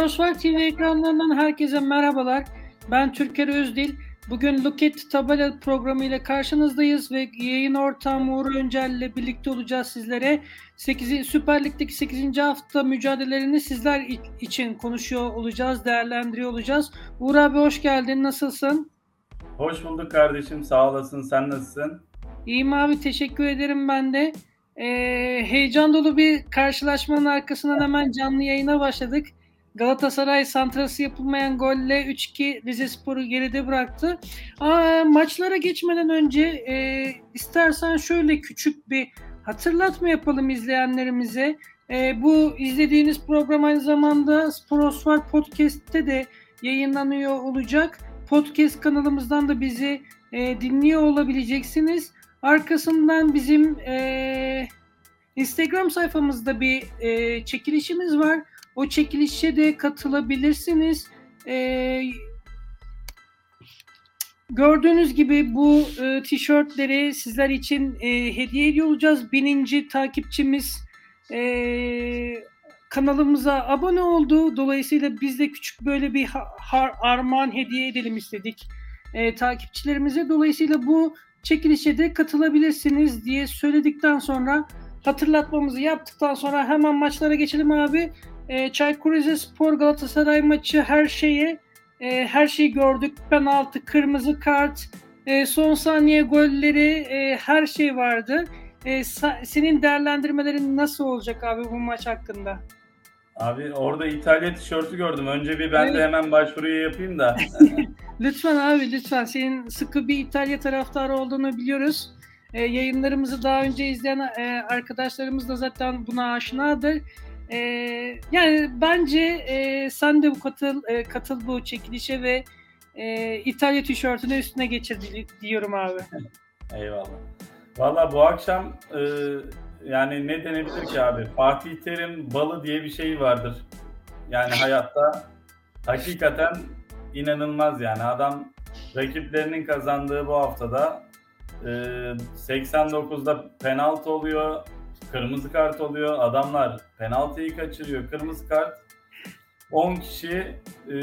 Sporosfer TV ekranlarından herkese merhabalar. Ben Türker Özdil. Bugün Look at Tabela programı ile karşınızdayız ve yayın ortağım Uğur Öncel ile birlikte olacağız sizlere. Süper Lig'deki 8. hafta mücadelelerini sizler için konuşuyor olacağız, değerlendiriyor olacağız. Uğur abi hoş geldin, nasılsın? Hoş bulduk kardeşim, sağ olasın. Sen nasılsın? İyiyim abi, teşekkür ederim ben de. Heyecan dolu bir karşılaşmanın arkasından hemen canlı yayına başladık. Galatasaray santrası yapılmayan golle 3-2 Rizespor'u geride bıraktı. Maçlara geçmeden önce istersen şöyle küçük bir hatırlatma yapalım izleyenlerimize. Bu izlediğiniz program aynı zamanda Sporosfer Podcast'te de yayınlanıyor olacak. Podcast kanalımızdan da bizi dinliyor olabileceksiniz. Arkasından bizim Instagram sayfamızda bir çekilişimiz var. O çekilişe de katılabilirsiniz. Gördüğünüz gibi bu tişörtleri sizler için hediye ediyor olacağız. 1000. takipçimiz kanalımıza abone oldu. Dolayısıyla biz de küçük böyle bir armağan hediye edelim istedik takipçilerimize. Dolayısıyla bu çekilişe de katılabilirsiniz diye söyledikten sonra, hatırlatmamızı yaptıktan sonra hemen maçlara geçelim abi. Çaykur Rizespor Galatasaray maçı her şeyi gördük. Penaltı, kırmızı kart, son saniye golleri, her şey vardı. Senin değerlendirmelerin nasıl olacak abi bu maç hakkında? Abi orada İtalya tişörtü gördüm. Önce bir ben de hemen başvuruyu yapayım da. Lütfen abi, lütfen. Senin sıkı bir İtalya taraftarı olduğunu biliyoruz. Yayınlarımızı daha önce izleyen arkadaşlarımız da zaten buna aşinadır. Yani bence sen de katıl bu çekilişe ve İtalya tişörtünü üstüne geçir diyorum abi. Eyvallah. Valla bu akşam yani ne denebilir ki abi? Fatih Terim balı diye bir şey vardır. Yani hayatta hakikaten inanılmaz yani. Adam rakiplerinin kazandığı bu haftada 89'da penaltı oluyor, kırmızı kart oluyor. Adamlar penaltıyı kaçırıyor, kırmızı kart. 10 kişi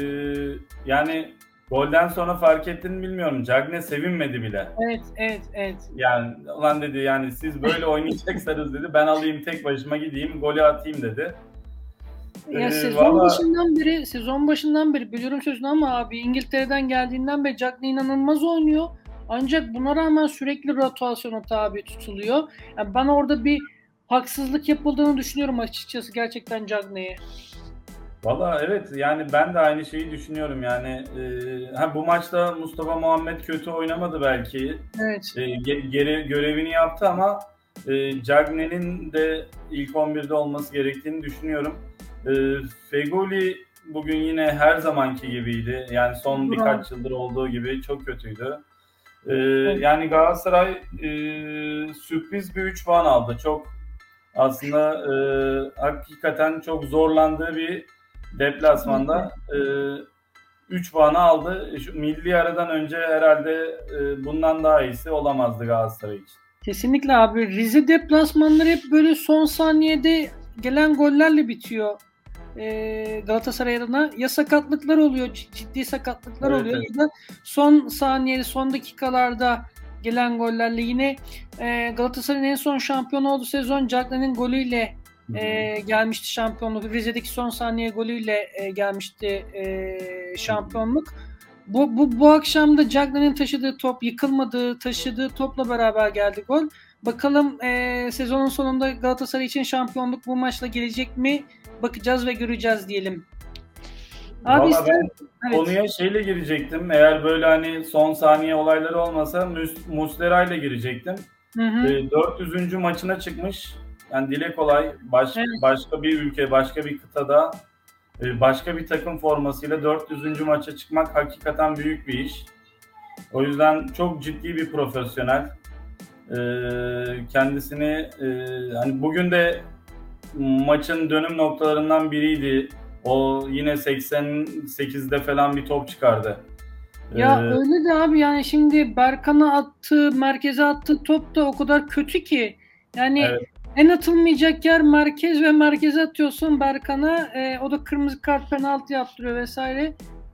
yani golden sonra fark ettin mi bilmiyorum. Cagne sevinmedi bile. Evet. Yani ulan dedi yani siz böyle oynayacaksanız dedi ben alayım tek başıma gideyim golü atayım dedi. Ya sezon başından beri biliyorum sözünü ama abi İngiltere'den geldiğinden beri Cagney inanılmaz oynuyor. Ancak buna rağmen sürekli rotasyona tabi tutuluyor. Yani ben orada bir haksızlık yapıldığını düşünüyorum açıkçası gerçekten Cagney'e. Valla evet yani ben de aynı şeyi düşünüyorum yani bu maçta Mustafa Muhammed kötü oynamadı belki. Evet. Görevini yaptı ama Cagney'in de ilk 11'de olması gerektiğini düşünüyorum. Feghouli bugün yine her zamanki gibiydi. Yani son birkaç yıldır olduğu gibi çok kötüydü. Yani Galatasaray sürpriz bir 3 puan aldı. Çok aslında hakikaten çok zorlandığı bir deplasmanda 3 puanı aldı. Şu milli aradan önce herhalde bundan daha iyisi olamazdı Galatasaray için. Kesinlikle abi. Rize deplasmanları hep böyle son saniyede gelen gollerle bitiyor. Galatasaray adına ya sakatlıklar oluyor, ciddi sakatlıklar oluyor ya da son saniyede, son dakikalarda gelen gollerle. Yine Galatasaray'ın en son şampiyon olduğu sezon Cagney'in golüyle gelmişti şampiyonluk. Rize'deki son saniye golüyle gelmişti şampiyonluk. Bu akşam da Cagney'in taşıdığı top, yıkılmadığı, taşıdığı topla beraber geldi gol. Bakalım sezonun sonunda Galatasaray için şampiyonluk bu maçla gelecek mi? Bakacağız ve göreceğiz diyelim. Abi ben konuya şeyle girecektim. Eğer böyle hani son saniye olayları olmasa Muslera ile girecektim. 400. maçına çıkmış. Yani dile kolay. Başka bir ülke, başka bir kıtada, başka bir takım formasıyla 400. maça çıkmak hakikaten büyük bir iş. O yüzden çok ciddi bir profesyonel. Kendisini hani bugün de maçın dönüm noktalarından biriydi. O yine 88'de falan bir top çıkardı. Ya öyle de abi yani şimdi Berkan'a attığı, merkeze attığı top da o kadar kötü ki. Yani En atılmayacak yer merkez ve merkeze atıyorsun Berkan'a. O da kırmızı kart, penaltı yaptırıyor vesaire.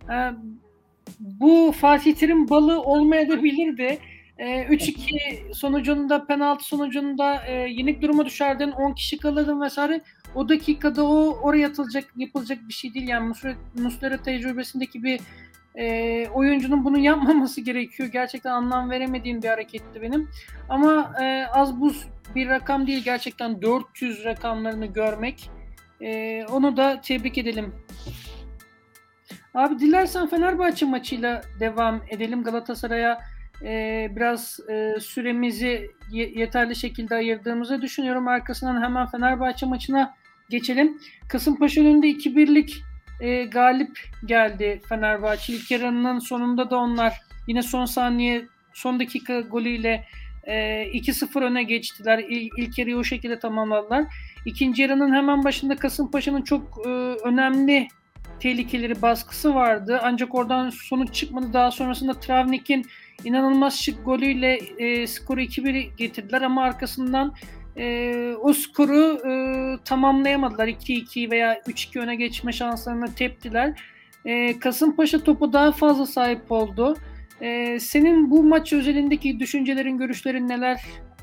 Bu Fatih Terim balı olmayabilirdi. 3-2 sonucunda, penaltı sonucunda yenik duruma düşerdin. 10 kişi kalırdın vesaire. O dakikada oraya yapılacak bir şey değil. Yani Muslera tecrübesindeki bir oyuncunun bunu yapmaması gerekiyor. Gerçekten anlam veremediğim bir hareketti benim. Ama az buz bir rakam değil. Gerçekten 400 rakamlarını görmek. Onu da tebrik edelim. Abi dilersen Fenerbahçe maçıyla devam edelim. Galatasaray'a biraz süremizi yeterli şekilde ayırdığımızı düşünüyorum. Arkasından hemen Fenerbahçe maçına geçelim. Kasımpaşa önünde 2-1'lik galip geldi Fenerbahçe. İlk yarının sonunda da onlar yine son dakika golüyle 2-0 öne geçtiler. İlk yarıyı o şekilde tamamladılar. İkinci yarının hemen başında Kasımpaşa'nın çok önemli tehlikeleri, baskısı vardı. Ancak oradan sonuç çıkmadı. Daha sonrasında Travnik'in inanılmaz şık golüyle skoru 2-1 getirdiler ama arkasından o skoru tamamlayamadılar. 2-2 veya 3-2 öne geçme şanslarını teptiler. Kasımpaşa topu daha fazla sahip oldu. Senin bu maç özelindeki düşüncelerin, görüşlerin neler?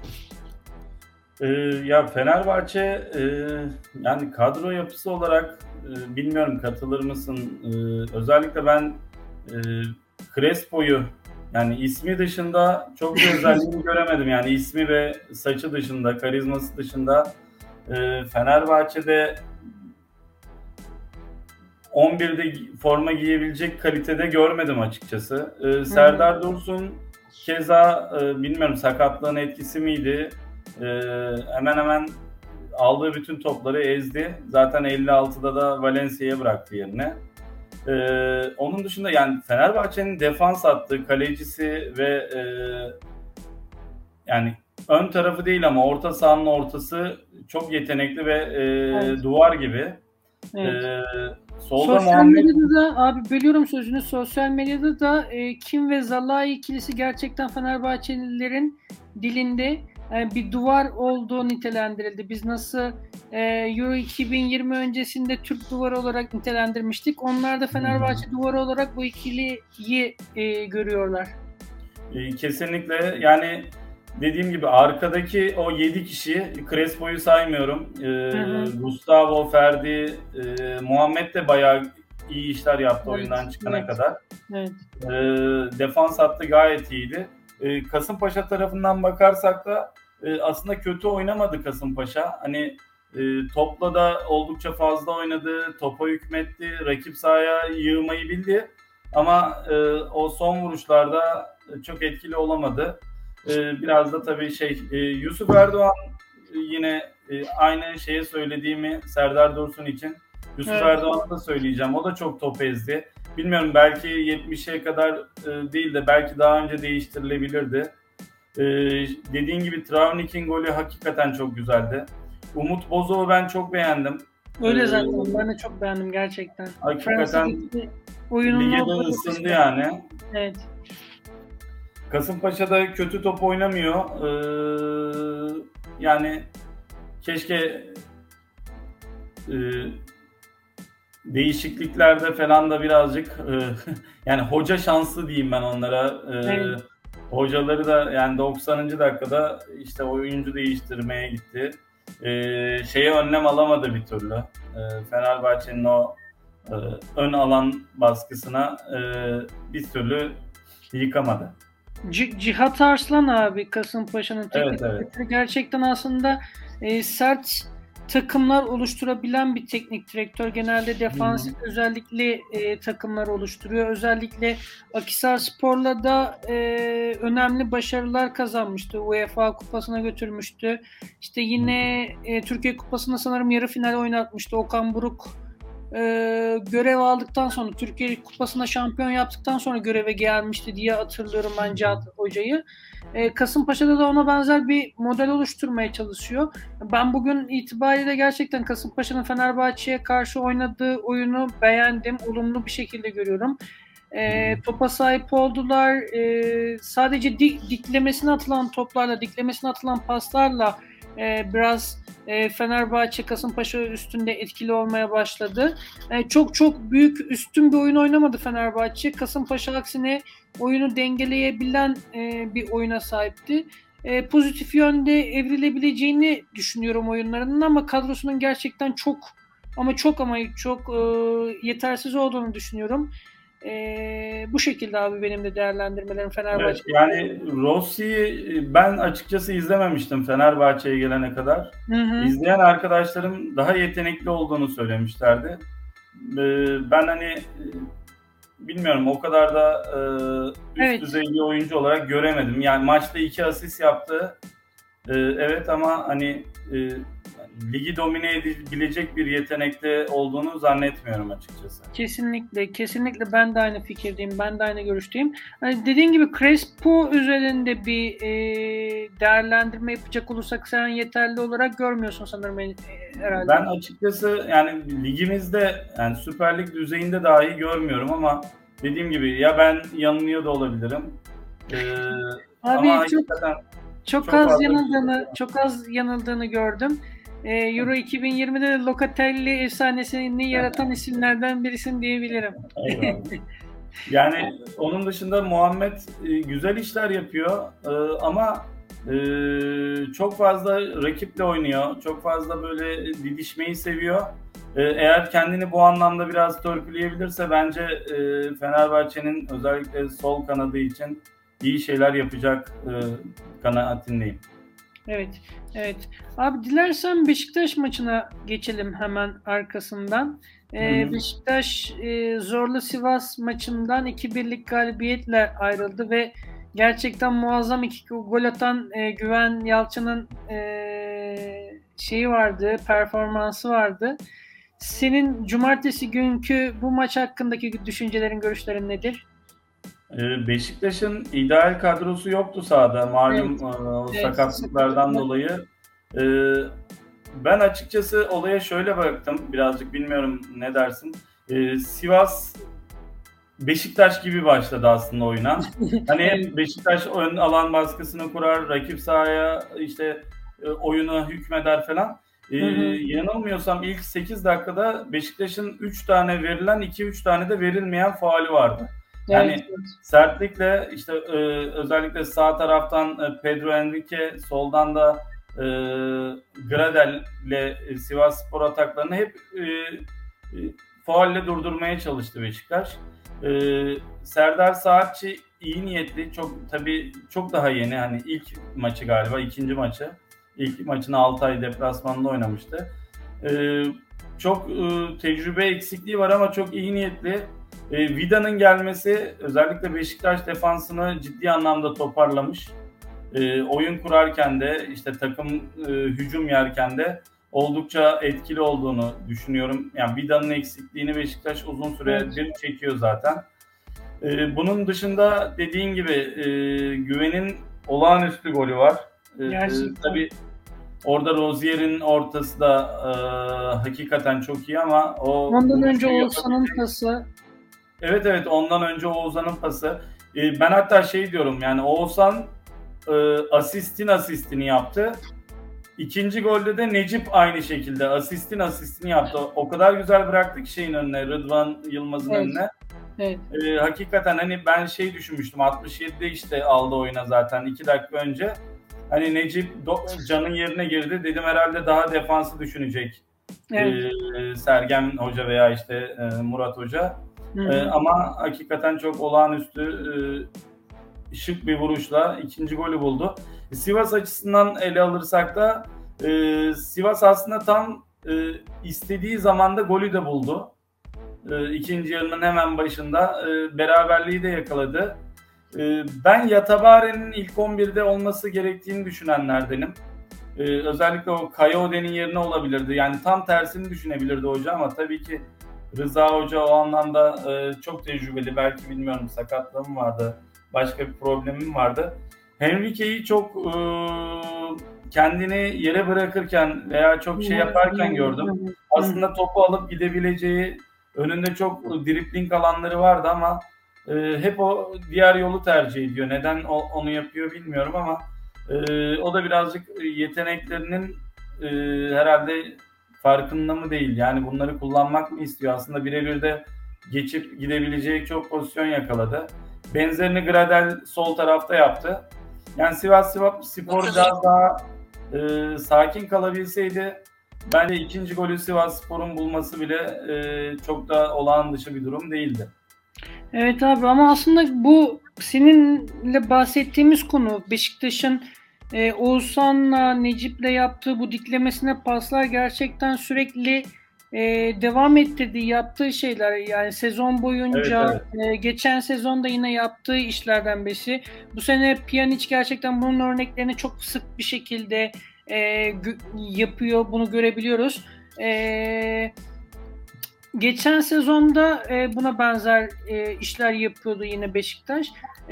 Ya Fenerbahçe yani kadro yapısı olarak bilmiyorum katılır mısın? Özellikle ben Crespo'yu yani ismi dışında çok bir özelliğini göremedim. Yani ismi ve saçı dışında, karizması dışında Fenerbahçe'de 11'de forma giyebilecek kalitede görmedim açıkçası. Serdar Dursun keza bilmiyorum sakatlığın etkisi miydi? Hemen hemen aldığı bütün topları ezdi. Zaten 56'da da Valencia'ya bıraktı yerine. Onun dışında yani Fenerbahçe'nin defans attığı kalecisi ve yani ön tarafı değil ama orta sahanın ortası çok yetenekli ve evet, duvar gibi. Evet. Solda sosyal medyada da abi bölüyorum sözünü. Sosyal medyada da Kim ve Zaha ikilisi gerçekten Fenerbahçelilerin dilinde bir duvar olduğu nitelendirildi. Biz nasıl Euro 2020 öncesinde Türk duvarı olarak nitelendirmiştik. Onlar da Fenerbahçe duvarı olarak bu ikiliyi görüyorlar. Kesinlikle yani dediğim gibi arkadaki o 7 kişi, Crespo'yu saymıyorum. Gustavo, Ferdi, Muhammed de bayağı iyi işler yaptı oyundan çıkana kadar. Evet. Defans hattı gayet iyiydi. Kasımpaşa tarafından bakarsak da aslında kötü oynamadı Kasımpaşa. Hani topla da oldukça fazla oynadı, topa hükmetti, rakip sahaya yığmayı bildi. Ama o son vuruşlarda çok etkili olamadı. Biraz da tabii Yusuf Erdoğan yine aynı şeye söylediğimi Serdar Dursun için Yusuf Erdoğan'a da söyleyeceğim. O da çok top ezdi. Bilmiyorum belki 70'e kadar değil de belki daha önce değiştirilebilirdi. Dediğin gibi Travnik'in golü hakikaten çok güzeldi. Umut Bozok'u ben çok beğendim. Öyle zaten ben de çok beğendim gerçekten. Hakikaten lige de ısındı yani. Evet. Kasımpaşa'da kötü top oynamıyor. Yani keşke değişikliklerde falan da birazcık yani hoca şanslı diyeyim ben onlara. Evet. Hocaları da yani 90. dakikada işte oyuncu değiştirmeye gitti. Önlem alamadı bir türlü. Fenerbahçe'nin o ön alan baskısına bir türlü yıkamadı. Cihat Arslan abi Kasımpaşa'nın teknik direktörü. Gerçekten aslında sert takımlar oluşturabilen bir teknik direktör. Genelde defansif özellikle takımlar oluşturuyor. Özellikle Akhisarspor'la da önemli başarılar kazanmıştı. UEFA Kupası'na götürmüştü. İşte yine Türkiye Kupası'nda sanırım yarı final oynatmıştı. Okan Buruk görev aldıktan sonra Türkiye Kupası'nda şampiyon yaptıktan sonra göreve gelmişti diye hatırlıyorum ben Cihat Hoca'yı. Kasımpaşa'da da ona benzer bir model oluşturmaya çalışıyor. Ben bugün itibariyle gerçekten Kasımpaşa'nın Fenerbahçe'ye karşı oynadığı oyunu beğendim. Olumlu bir şekilde görüyorum. Topa sahip oldular. Sadece diklemesine atılan toplarla, diklemesine atılan paslarla biraz Fenerbahçe Kasımpaşa üstünde etkili olmaya başladı. Çok çok büyük üstün bir oyun oynamadı Fenerbahçe. Kasımpaşa aksine oyunu dengeleyebilen bir oyuna sahipti. Pozitif yönde evrilebileceğini düşünüyorum oyunlarının ama kadrosunun gerçekten çok yetersiz olduğunu düşünüyorum. Bu şekilde abi benim de değerlendirmelerim Fenerbahçe. Evet, yani Rossi'yi ben açıkçası izlememiştim Fenerbahçe'ye gelene kadar. Hı hı. İzleyen arkadaşlarım daha yetenekli olduğunu söylemişlerdi. Ben hani bilmiyorum, o kadar da üst düzey bir oyuncu olarak göremedim. Yani maçta 2 asist yaptı. Evet ama hani ligi domine edebilecek bir yetenekte olduğunu zannetmiyorum açıkçası. Kesinlikle ben de aynı fikirdeyim. Ben de aynı görüşteyim. Hani dediğin gibi Crespo üzerinde bir değerlendirme yapacak olursak sen yeterli olarak görmüyorsun sanırım herhalde. Ben açıkçası yani ligimizde, yani Süper Lig düzeyinde dahi görmüyorum ama dediğim gibi ya ben yanılıyor da olabilirim. Abi ama hakikaten çok az yanıldığını gördüm. Euro 2020'de de Locatelli efsanesini yaratan isimlerden birisin diyebilirim. Yani onun dışında Muhammed güzel işler yapıyor ama çok fazla rakiple oynuyor. Çok fazla böyle didişmeyi seviyor. Eğer kendini bu anlamda biraz törpüleyebilirse bence Fenerbahçe'nin özellikle sol kanadı için iyi şeyler yapacak kanaatindeyim. Evet. Abi dilersen Beşiktaş maçına geçelim hemen arkasından. Beşiktaş zorlu Sivas maçından 2-1'lik galibiyetle ayrıldı ve gerçekten muazzam 2 gol atan Güven Yalçın'ın performansı vardı. Senin cumartesi günkü bu maç hakkındaki düşüncelerin, görüşlerin nedir? Beşiktaş'ın ideal kadrosu yoktu sahada malum sakatlıklardan dolayı. Ben açıkçası olaya şöyle baktım birazcık, bilmiyorum ne dersin. Sivas Beşiktaş gibi başladı aslında oyuna. Hani Beşiktaş ön alan baskısını kurar, rakip sahaya işte oyuna hükmeder falan. Yanılmıyorsam ilk 8 dakikada Beşiktaş'ın 3 tane verilen, 2-3 tane de verilmeyen faulü vardı. Yani sertlikle işte özellikle sağ taraftan Pedro Henrique, soldan da Gradel'le Sivasspor ataklarını hep faulle durdurmaya çalıştı Beşiktaş. Serdar Saatçi iyi niyetli, çok daha yeni, hani ilk maçı galiba, ikinci maçı. İlk maçını Altay deplasmanında oynamıştı. Çok tecrübe eksikliği var ama çok iyi niyetli. Vida'nın gelmesi özellikle Beşiktaş defansını ciddi anlamda toparlamış. Oyun kurarken de işte takım hücum yerken de oldukça etkili olduğunu düşünüyorum. Yani Vida'nın eksikliğini Beşiktaş uzun süredir çekiyor zaten. Bunun dışında dediğin gibi Güven'in olağanüstü golü var. Tabii orada Rozier'in ortası da hakikaten çok iyi ama ondan önce Oğuzhan'ın pası. Evet, ondan önce Oğuzhan'ın pası. Ben hatta diyorum, yani Oğuzhan asistini yaptı. İkinci golde de Necip aynı şekilde asistini yaptı. O kadar güzel bıraktı ki önüne, Rıdvan Yılmaz'ın önüne. Evet. Hakikaten hani ben düşünmüştüm, 67'de işte aldı oyuna zaten 2 dakika önce. Hani Necip Can'ın yerine girdi. Dedim herhalde daha defansı düşünecek. Sergen Hoca veya işte Murat Hoca. Ama hakikaten çok olağanüstü şık bir vuruşla ikinci golü buldu. Sivas açısından ele alırsak da Sivas aslında tam istediği zamanda golü de buldu. İkinci yarının hemen başında beraberliği de yakaladı. Ben Yatabare'nin ilk 11'de olması gerektiğini düşünenlerdenim. Özellikle o Kayode'nin yerine olabilirdi. Yani tam tersini düşünebilirdi hoca ama tabii ki Rıza Hoca o anlamda çok tecrübeli. Belki bilmiyorum, sakatlığım vardı, başka bir problemim vardı. Henrique'yi çok kendini yere bırakırken veya çok yaparken gördüm. Aslında topu alıp gidebileceği, önünde çok dribling alanları vardı ama hep o diğer yolu tercih ediyor. Neden onu yapıyor bilmiyorum ama o da birazcık yeteneklerinin herhalde farkında mı değil? Yani bunları kullanmak mı istiyor? Aslında birebir de geçip gidebileceği çok pozisyon yakaladı. Benzerini Gradel sol tarafta yaptı. Yani Sivasspor biraz daha sakin kalabilseydi bence ikinci golü Sivasspor'un bulması bile çok da olağan dışı bir durum değildi. Evet abi, ama aslında bu seninle bahsettiğimiz konu Beşiktaş'ın Oğuzhan'la Necip'le yaptığı bu diklemesine paslar gerçekten sürekli devam ettirdiği, yaptığı şeyler. Yani sezon boyunca Evet. Geçen sezon da yine yaptığı işlerden birisi. Bu sene Pjanic gerçekten bunun örneklerini çok sık bir şekilde yapıyor. Bunu görebiliyoruz. Geçen sezonda buna benzer işler yapıyordu yine Beşiktaş.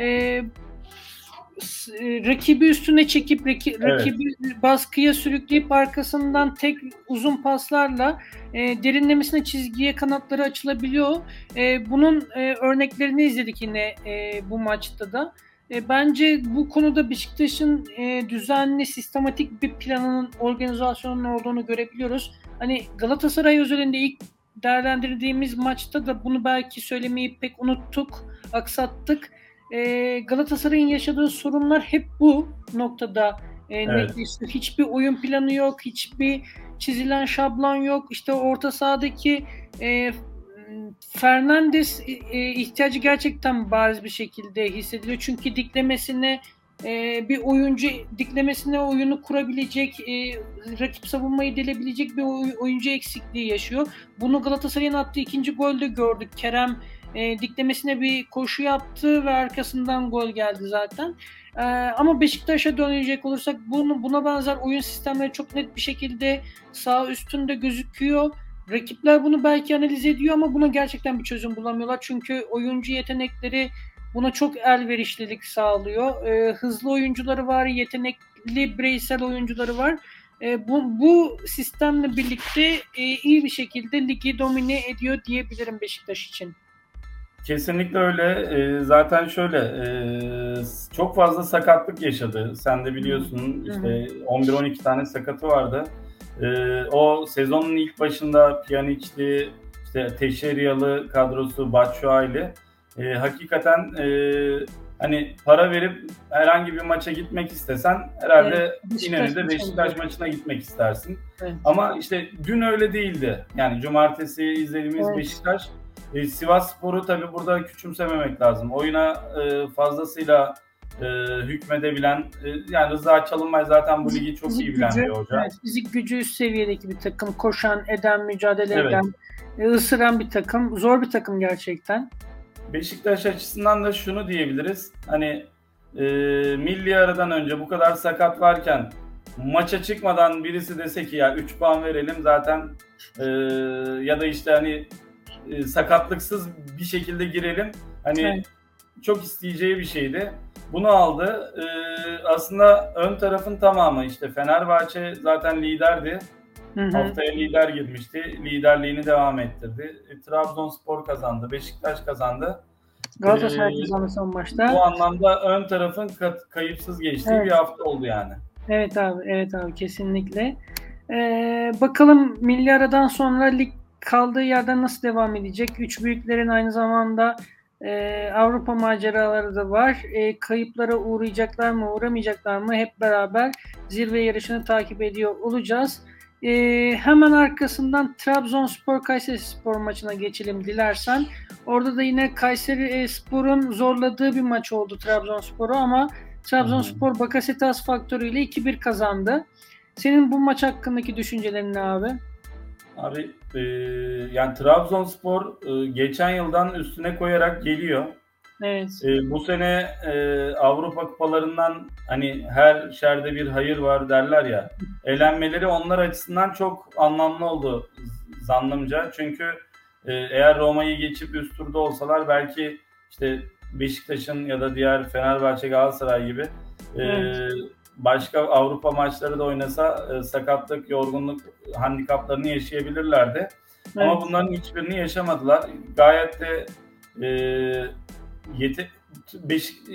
Rakibi üstüne çekip rakibi baskıya sürükleyip arkasından tek uzun paslarla derinlemesine çizgiye kanatları açılabiliyor. Bunun örneklerini izledik yine bu maçta da. Bence bu konuda Beşiktaş'ın düzenli, sistematik bir planının, organizasyonunun olduğunu görebiliyoruz. Hani Galatasaray özelinde ilk değerlendirdiğimiz maçta da bunu belki söylemeyi pek unuttuk, aksattık. Galatasaray'ın yaşadığı sorunlar hep bu noktada netleşti. Hiçbir oyun planı yok, hiçbir çizilen şablon yok. İşte orta sahadaki Fernandes ihtiyacı gerçekten bariz bir şekilde hissediliyor. Çünkü bir oyuncu diklemesine oyunu kurabilecek, rakip savunmayı delebilecek bir oyuncu eksikliği yaşıyor. Bunu Galatasaray'ın attığı ikinci golde gördük. Kerem diklemesine bir koşu yaptı ve arkasından gol geldi zaten. Ama Beşiktaş'a dönecek olursak buna benzer oyun sistemleri çok net bir şekilde sağ üstünde gözüküyor. Rakipler bunu belki analiz ediyor ama buna gerçekten bir çözüm bulamıyorlar. Çünkü oyuncu yetenekleri buna çok elverişlilik sağlıyor. Hızlı oyuncuları var, yetenekli bireysel oyuncuları var. Bu sistemle birlikte iyi bir şekilde ligi domine ediyor diyebilirim Beşiktaş için. Kesinlikle öyle. Zaten şöyle çok fazla sakatlık yaşadı. Sen de biliyorsun işte 11-12 tane sakatı vardı. O sezonun ilk başında Pjanic'li, işte Teixeira'lı kadrosu, Batshuayi'li hakikaten hani para verip herhangi bir maça gitmek istesen herhalde İnönü'de Beşiktaş maçına gitmek istersin. Evet. Ama işte dün öyle değildi. Yani cumartesi izlediğimiz Beşiktaş Sivasspor'u tabii burada küçümsememek lazım. Oyuna fazlasıyla hükmedebilen, yani Rıza Çalınbay zaten bu ligi çok iyi bilen bir hoca. Evet, fizik gücü üst seviyedeki bir takım. Koşan, eden, mücadele eden, ısıran bir takım. Zor bir takım gerçekten. Beşiktaş açısından da şunu diyebiliriz. Hani milli aradan önce bu kadar sakat varken maça çıkmadan birisi dese ki ya 3 puan verelim zaten ya da işte hani sakatlıksız bir şekilde girelim. Hani çok isteyeceği bir şeydi. Bunu aldı. Aslında ön tarafın tamamı işte Fenerbahçe zaten liderdi. Haftaya lider girmişti. Liderliğini devam ettirdi. Trabzonspor kazandı. Beşiktaş kazandı. Galatasaray kazandı son maçta. Bu anlamda ön tarafın kayıpsız geçtiği bir hafta oldu yani. Evet abi kesinlikle. Bakalım milli aradan sonra lig kaldığı yerden nasıl devam edecek? Üç büyüklerin aynı zamanda Avrupa maceraları da var. Kayıplara uğrayacaklar mı, uğramayacaklar mı? Hep beraber zirve yarışını takip ediyor olacağız. Hemen arkasından Trabzonspor Kayserispor maçına geçelim dilersen. Orada da yine Kayserispor'un zorladığı bir maç oldu Trabzonspor'u ama Trabzonspor Bakasetas faktörüyle 2-1 kazandı. Senin bu maç hakkındaki düşüncelerin ne abi? Abi yani Trabzonspor geçen yıldan üstüne koyarak geliyor. Evet. Bu sene Avrupa kupalarından hani her şerde bir hayır var derler ya. Elenmeleri onlar açısından çok anlamlı oldu zannımca. Çünkü eğer Roma'yı geçip üst turda olsalar belki işte Beşiktaş'ın ya da diğer Fenerbahçe, Galatasaray gibi başka Avrupa maçları da oynasa sakatlık, yorgunluk handikaplarını yaşayabilirlerdi. Evet. Ama bunların hiçbirini yaşamadılar. Gayet de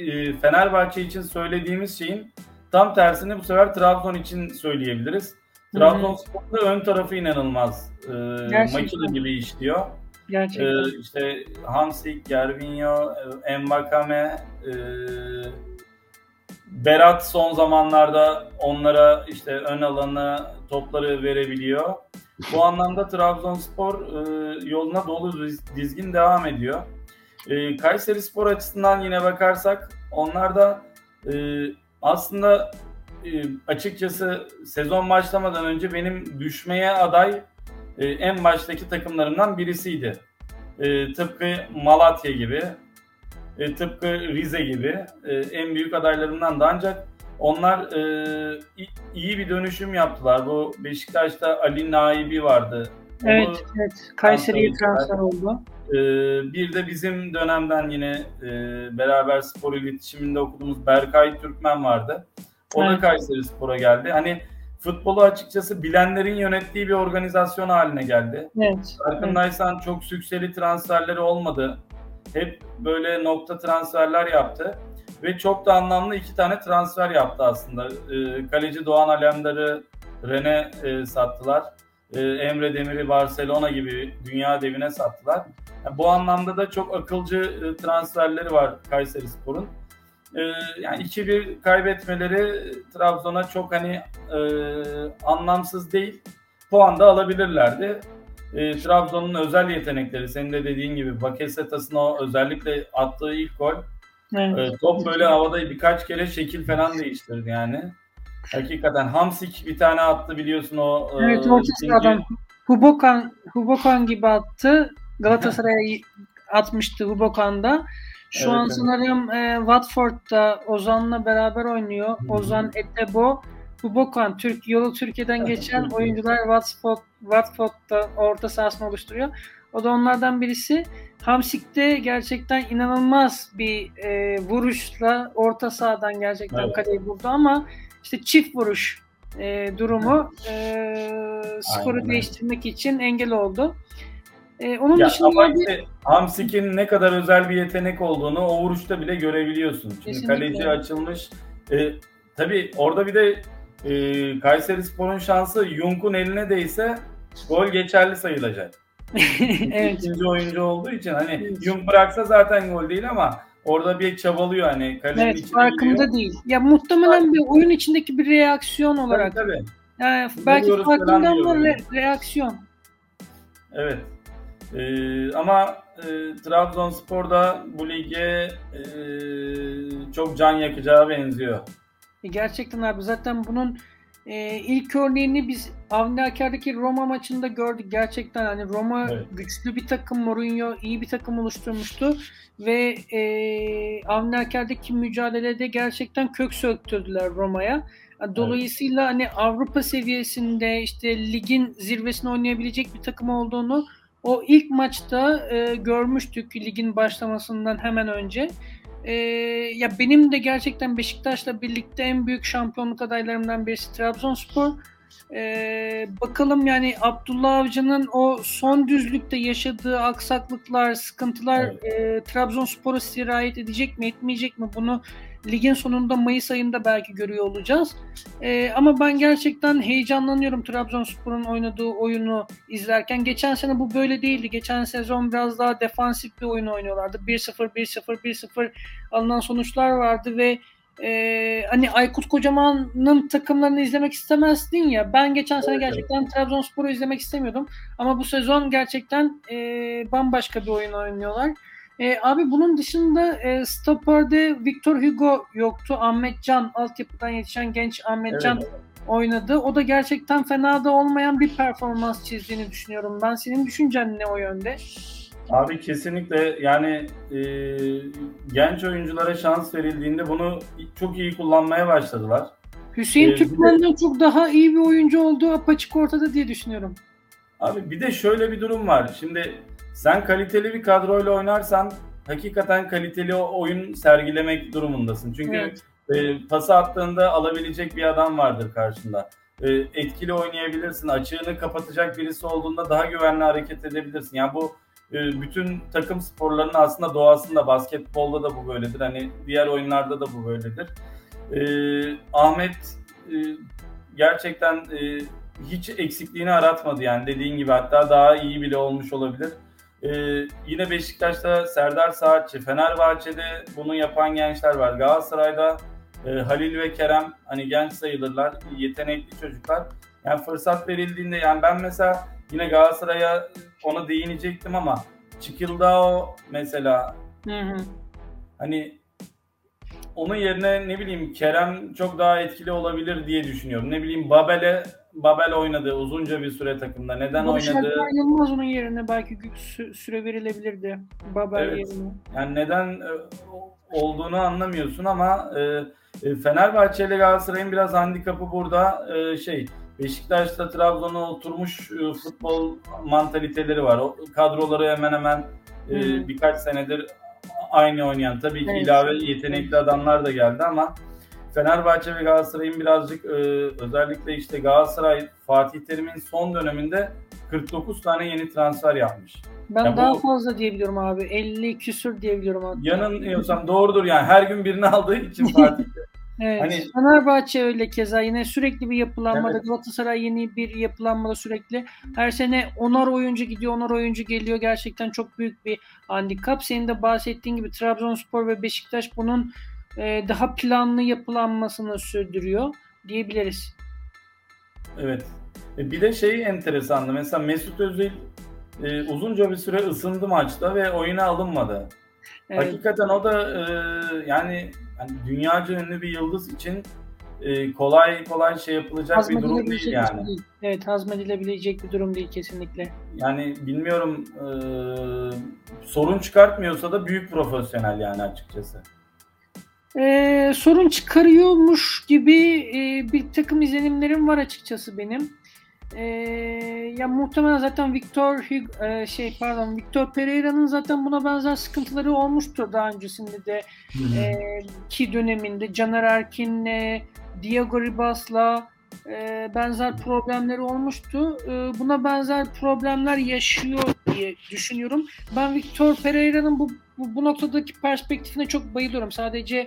Fenerbahçe için söylediğimiz şeyin tam tersini bu sefer Trabzon için söyleyebiliriz. Trabzonspor'da ön tarafı inanılmaz. Gerçekten. Makine gibi işliyor. Gerçekten. İşte Hamsik, Gervinho, Envakame, Berat son zamanlarda onlara işte ön alana topları verebiliyor. Bu anlamda Trabzonspor yoluna dolu dizgin devam ediyor. Kayserispor açısından yine bakarsak onlar da aslında açıkçası sezon başlamadan önce benim düşmeye aday en baştaki takımlarımdan birisiydi. Tıpkı Malatya gibi, tıpkı Rize gibi en büyük adaylarımdan da, ancak onlar iyi bir dönüşüm yaptılar. Bu Beşiktaş'ta Ali Naibi vardı. Evet. Kayseri'ye transfer oldu. Bir de bizim dönemden yine beraber spor iletişiminde okuduğumuz Berkay Türkmen vardı. O da Kayserispor'a geldi. Hani futbolu açıkçası bilenlerin yönettiği bir organizasyon haline geldi. Evet. Farkındaysan çok sükseli transferleri olmadı. Hep böyle nokta transferler yaptı. Ve çok da anlamlı 2 tane transfer yaptı aslında. Kaleci Doğan Alemdar'ı Rennes'e sattılar. Emre Demir'i Barcelona gibi dünya devine sattılar. Yani bu anlamda da çok akılcı transferleri var Kayserispor'un. Yani 2-1 kaybetmeleri Trabzon'a çok anlamsız değil. Puan da alabilirlerdi. Trabzon'un özel yetenekleri, senin de dediğin gibi Bakasetas'ın o özellikle attığı ilk gol. Evet. Top böyle havada birkaç kere şekil falan değiştirdi yani. Hakikaten Hamsik bir tane attı biliyorsun o. Evet, orta sahadan Hubokan gibi attı. Galatasaray'a atmıştı Hubokan'da. Şu an sanırım Watford'da Ozan'la beraber oynuyor. Ozan, Etebo, Hubokan. Yolu Türkiye'den geçen oyuncular Watford'da orta sahasını oluşturuyor. O da onlardan birisi. Hamsik'te gerçekten inanılmaz bir vuruşla orta sahadan gerçekten kaleyi buldu ama işte çift vuruş durumu skoru değiştirmek için engel oldu. Onun dışında ama işte Hamsik'in ne kadar özel bir yetenek olduğunu o vuruşta bile görebiliyorsun. Şimdi kesinlikle. Kaleci açılmış. Tabii orada bir de Kayserispor'un şansı Junk'un eline değse gol geçerli sayılacak. Evet. İkinci oyuncu olduğu için Junk bıraksa zaten gol değil ama orada bir çabalıyor kalenin içine farkında giriyor. Değil. Ya muhtemelen bir oyun içindeki bir reaksiyon olarak. Tabii. Yani belki farkında ama reaksiyon. Evet. Ama Trabzonspor'da bu lige çok can yakacağı benziyor. Gerçekten abi, zaten bunun ilk örneğini biz Avni Aker'deki Roma maçında gördük. Gerçekten Roma güçlü bir takım, Mourinho iyi bir takım oluşturmuştu ve Avni Aker'deki mücadelede gerçekten kök söktürdüler Roma'ya. Dolayısıyla Avrupa seviyesinde işte ligin zirvesine oynayabilecek bir takım olduğunu o ilk maçta görmüştük ligin başlamasından hemen önce. Ya benim de gerçekten Beşiktaş'la birlikte en büyük şampiyonluk adaylarımdan birisi Trabzonspor. Bakalım Abdullah Avcı'nın o son düzlükte yaşadığı aksaklıklar, sıkıntılar Trabzonspor'a sirayet edecek mi, etmeyecek mi? Bunu ligin sonunda Mayıs ayında belki görüyor olacağız. Ama ben gerçekten heyecanlanıyorum Trabzonspor'un oynadığı oyunu izlerken. Geçen sene bu böyle değildi. Geçen sezon biraz daha defansif bir oyun oynuyorlardı. 1-0 alınan sonuçlar vardı ve Aykut Kocaman'ın takımlarını izlemek istemezdin ya. Ben geçen sene gerçekten Trabzonspor'u izlemek istemiyordum. Ama bu sezon gerçekten bambaşka bir oyun oynuyorlar. Abi bunun dışında stoper'de Victor Hugo yoktu. Ahmet Can, altyapıdan yetişen genç Ahmet Can oynadı. O da gerçekten fena da olmayan bir performans çizdiğini düşünüyorum ben. Senin düşüncen ne o yönde? Abi kesinlikle genç oyunculara şans verildiğinde bunu çok iyi kullanmaya başladılar. Hüseyin Türkmen'den çok daha iyi bir oyuncu olduğu apaçık ortada diye düşünüyorum. Abi bir de şöyle bir durum var. Şimdi sen kaliteli bir kadroyla oynarsan hakikaten kaliteli oyun sergilemek durumundasın. Çünkü pası attığında alabilecek bir adam vardır karşında. Etkili oynayabilirsin. Açığını kapatacak birisi olduğunda daha güvenli hareket edebilirsin. Yani bu bütün takım sporlarının aslında doğasında, basketbolda da bu böyledir. Diğer oyunlarda da bu böyledir. Ahmet gerçekten hiç eksikliğini aratmadı yani, dediğin gibi, hatta daha iyi bile olmuş olabilir. Yine Beşiktaş'ta Serdar Saatçi, Fenerbahçe'de bunu yapan gençler var. Galatasaray'da Halil ve Kerem hani genç sayılırlar, yetenekli çocuklar. Yani fırsat verildiğinde, yani ben mesela yine Galatasaray'a ona değinecektim ama Çikildao mesela, hani onun yerine ne bileyim Kerem çok daha etkili olabilir diye düşünüyorum. Ne bileyim Babel oynadı uzunca bir süre takımda. Neden Barış oynadı? Alper Yılmaz onun yerine belki süre verilebilirdi. Babel Evet. yerine. Yani neden olduğunu anlamıyorsun ama Fenerbahçe ile Galatasaray'ın biraz handikapı burada Beşiktaş'ta Trabzon'a oturmuş futbol mantaliteleri var. O kadroları hemen hemen birkaç senedir aynı oynayan. Tabii ki ilave yetenekli adamlar da geldi ama Fenerbahçe ve Galatasaray'ın birazcık özellikle işte Galatasaray Fatih Terim'in son döneminde 49 tane yeni transfer yapmış. Ben ya daha fazla diyebiliyorum abi. 50 küsür diyebiliyorum hatta. Yanılmıyorsam doğrudur yani. Her gün birini aldığı için Fatih Terim. Evet. Hani, Fenerbahçe öyle keza yine sürekli bir yapılanmada. Evet. Galatasaray yeni bir yapılanmada sürekli. Her sene 10'ar oyuncu gidiyor, 10'ar oyuncu geliyor. Gerçekten çok büyük bir handikap. Senin de bahsettiğin gibi Trabzonspor ve Beşiktaş bunun daha planlı yapılanmasını sürdürüyor diyebiliriz. Evet. Bir de enteresandı. Mesela Mesut Özil uzunca bir süre ısındı maçta ve oyuna alınmadı. Evet. Hakikaten o da yani dünyaca ünlü bir yıldız için kolay yapılacak bir durum değil yani. Değil. Evet, hazmedilebilecek bir durum değil kesinlikle. Yani bilmiyorum, sorun çıkartmıyorsa da büyük profesyonel yani açıkçası. Sorun çıkarıyormuş gibi bir takım izlenimlerim var açıkçası benim. Ya muhtemelen zaten Victor Pereira'nın zaten buna benzer sıkıntıları olmuştur daha öncesinde de ki döneminde Caner Erkin'le, Diego Ribas'la benzer problemleri olmuştu. Buna benzer problemler yaşıyor diye düşünüyorum. Ben Victor Pereira'nın bu noktadaki perspektifine çok bayılıyorum. Sadece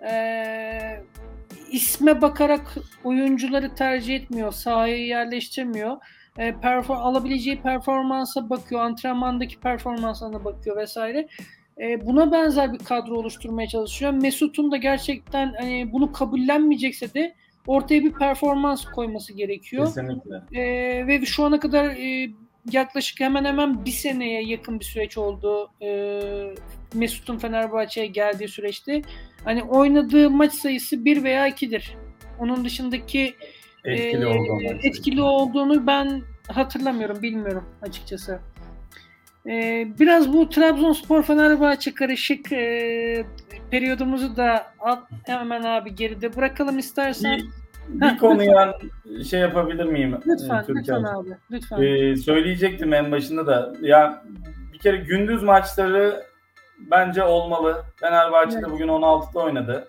isme bakarak oyuncuları tercih etmiyor, sahaya yerleştirmiyor. Alabileceği performansa bakıyor, antrenmandaki performansına bakıyor vesaire. Buna benzer bir kadro oluşturmaya çalışıyor. Mesut'un da gerçekten hani bunu kabullenmeyecekse de ortaya bir performans koyması gerekiyor. Kesinlikle. Ve şu ana kadar yaklaşık hemen hemen bir seneye yakın bir süreç oldu Mesut'un Fenerbahçe'ye geldiği süreçte. Hani oynadığı maç sayısı 1 veya 2'dir. Onun dışındaki etkili olduğunu ben hatırlamıyorum, bilmiyorum açıkçası. Biraz bu Trabzonspor Fenerbahçe karışık periyodumuzu da hemen abi geride bırakalım istersen. Bir konuya yapabilir miyim? Lütfen abi. Lütfen. Söyleyecektim en başında da. Ya bir kere gündüz maçları bence olmalı. Fenerbahçe'de bugün 16'da oynadı.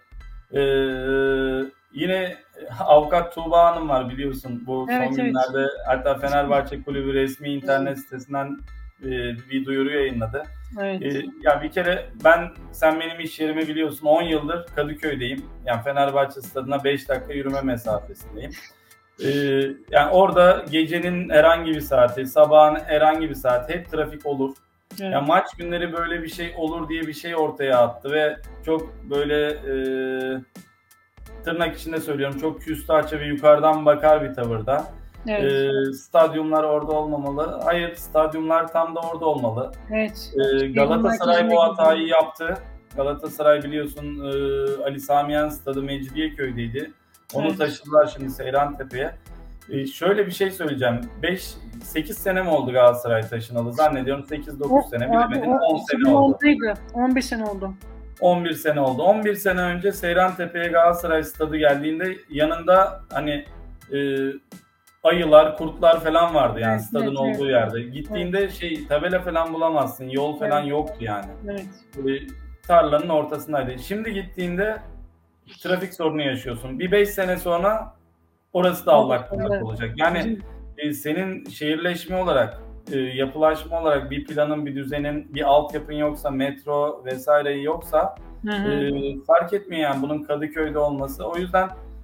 Yine avukat Tuğba Hanım var biliyorsun. Bu son günlerde hatta Fenerbahçe Kulübü resmi internet sitesinden bir duyuru yayınladı. Evet. Ya bir kere sen benim iş yerimi biliyorsun. 10 yıldır Kadıköy'deyim. Yani Fenerbahçe stadına 5 dakika yürüme mesafesindeyim. Yani orada gecenin herhangi bir saati, sabahın herhangi bir saati hep trafik olur. Evet. Yani maç günleri böyle bir şey olur diye bir şey ortaya attı ve çok böyle tırnak içinde söylüyorum, çok küstahça ve yukarıdan bakar bir tavırda. Evet. Stadyumlar orada olmamalı. Hayır, stadyumlar tam da orada olmalı. Evet. Galatasaray bu hatayı yaptı. Galatasaray biliyorsun Ali Sami Yen stadı Mecidiyeköy'deydi. Onu taşıdılar şimdi Seyrantepe'ye. Şöyle bir şey söyleyeceğim. 8 sene mi oldu Galatasaray taşınalı? Zannediyorum 8-9 sene. Bilemedim 10 sene oldu. 11 sene oldu. 11 sene oldu. 11 sene önce Seyrantepe'ye Galatasaray stadı geldiğinde yanında hani ayılar, kurtlar falan vardı yani stadın olduğu yerde. Gittiğinde tabela falan bulamazsın. Yol falan yoktu yani. Evet. Tarlanın ortasındaydı. Şimdi gittiğinde trafik sorunu yaşıyorsun. Bir 5 sene sonra orası da allak bullak olacak. Yani senin şehirleşme olarak, yapılaşma olarak bir planın, bir düzenin, bir altyapın yoksa, metro vesaire yoksa fark etmiyor yani bunun Kadıköy'de olması. O yüzden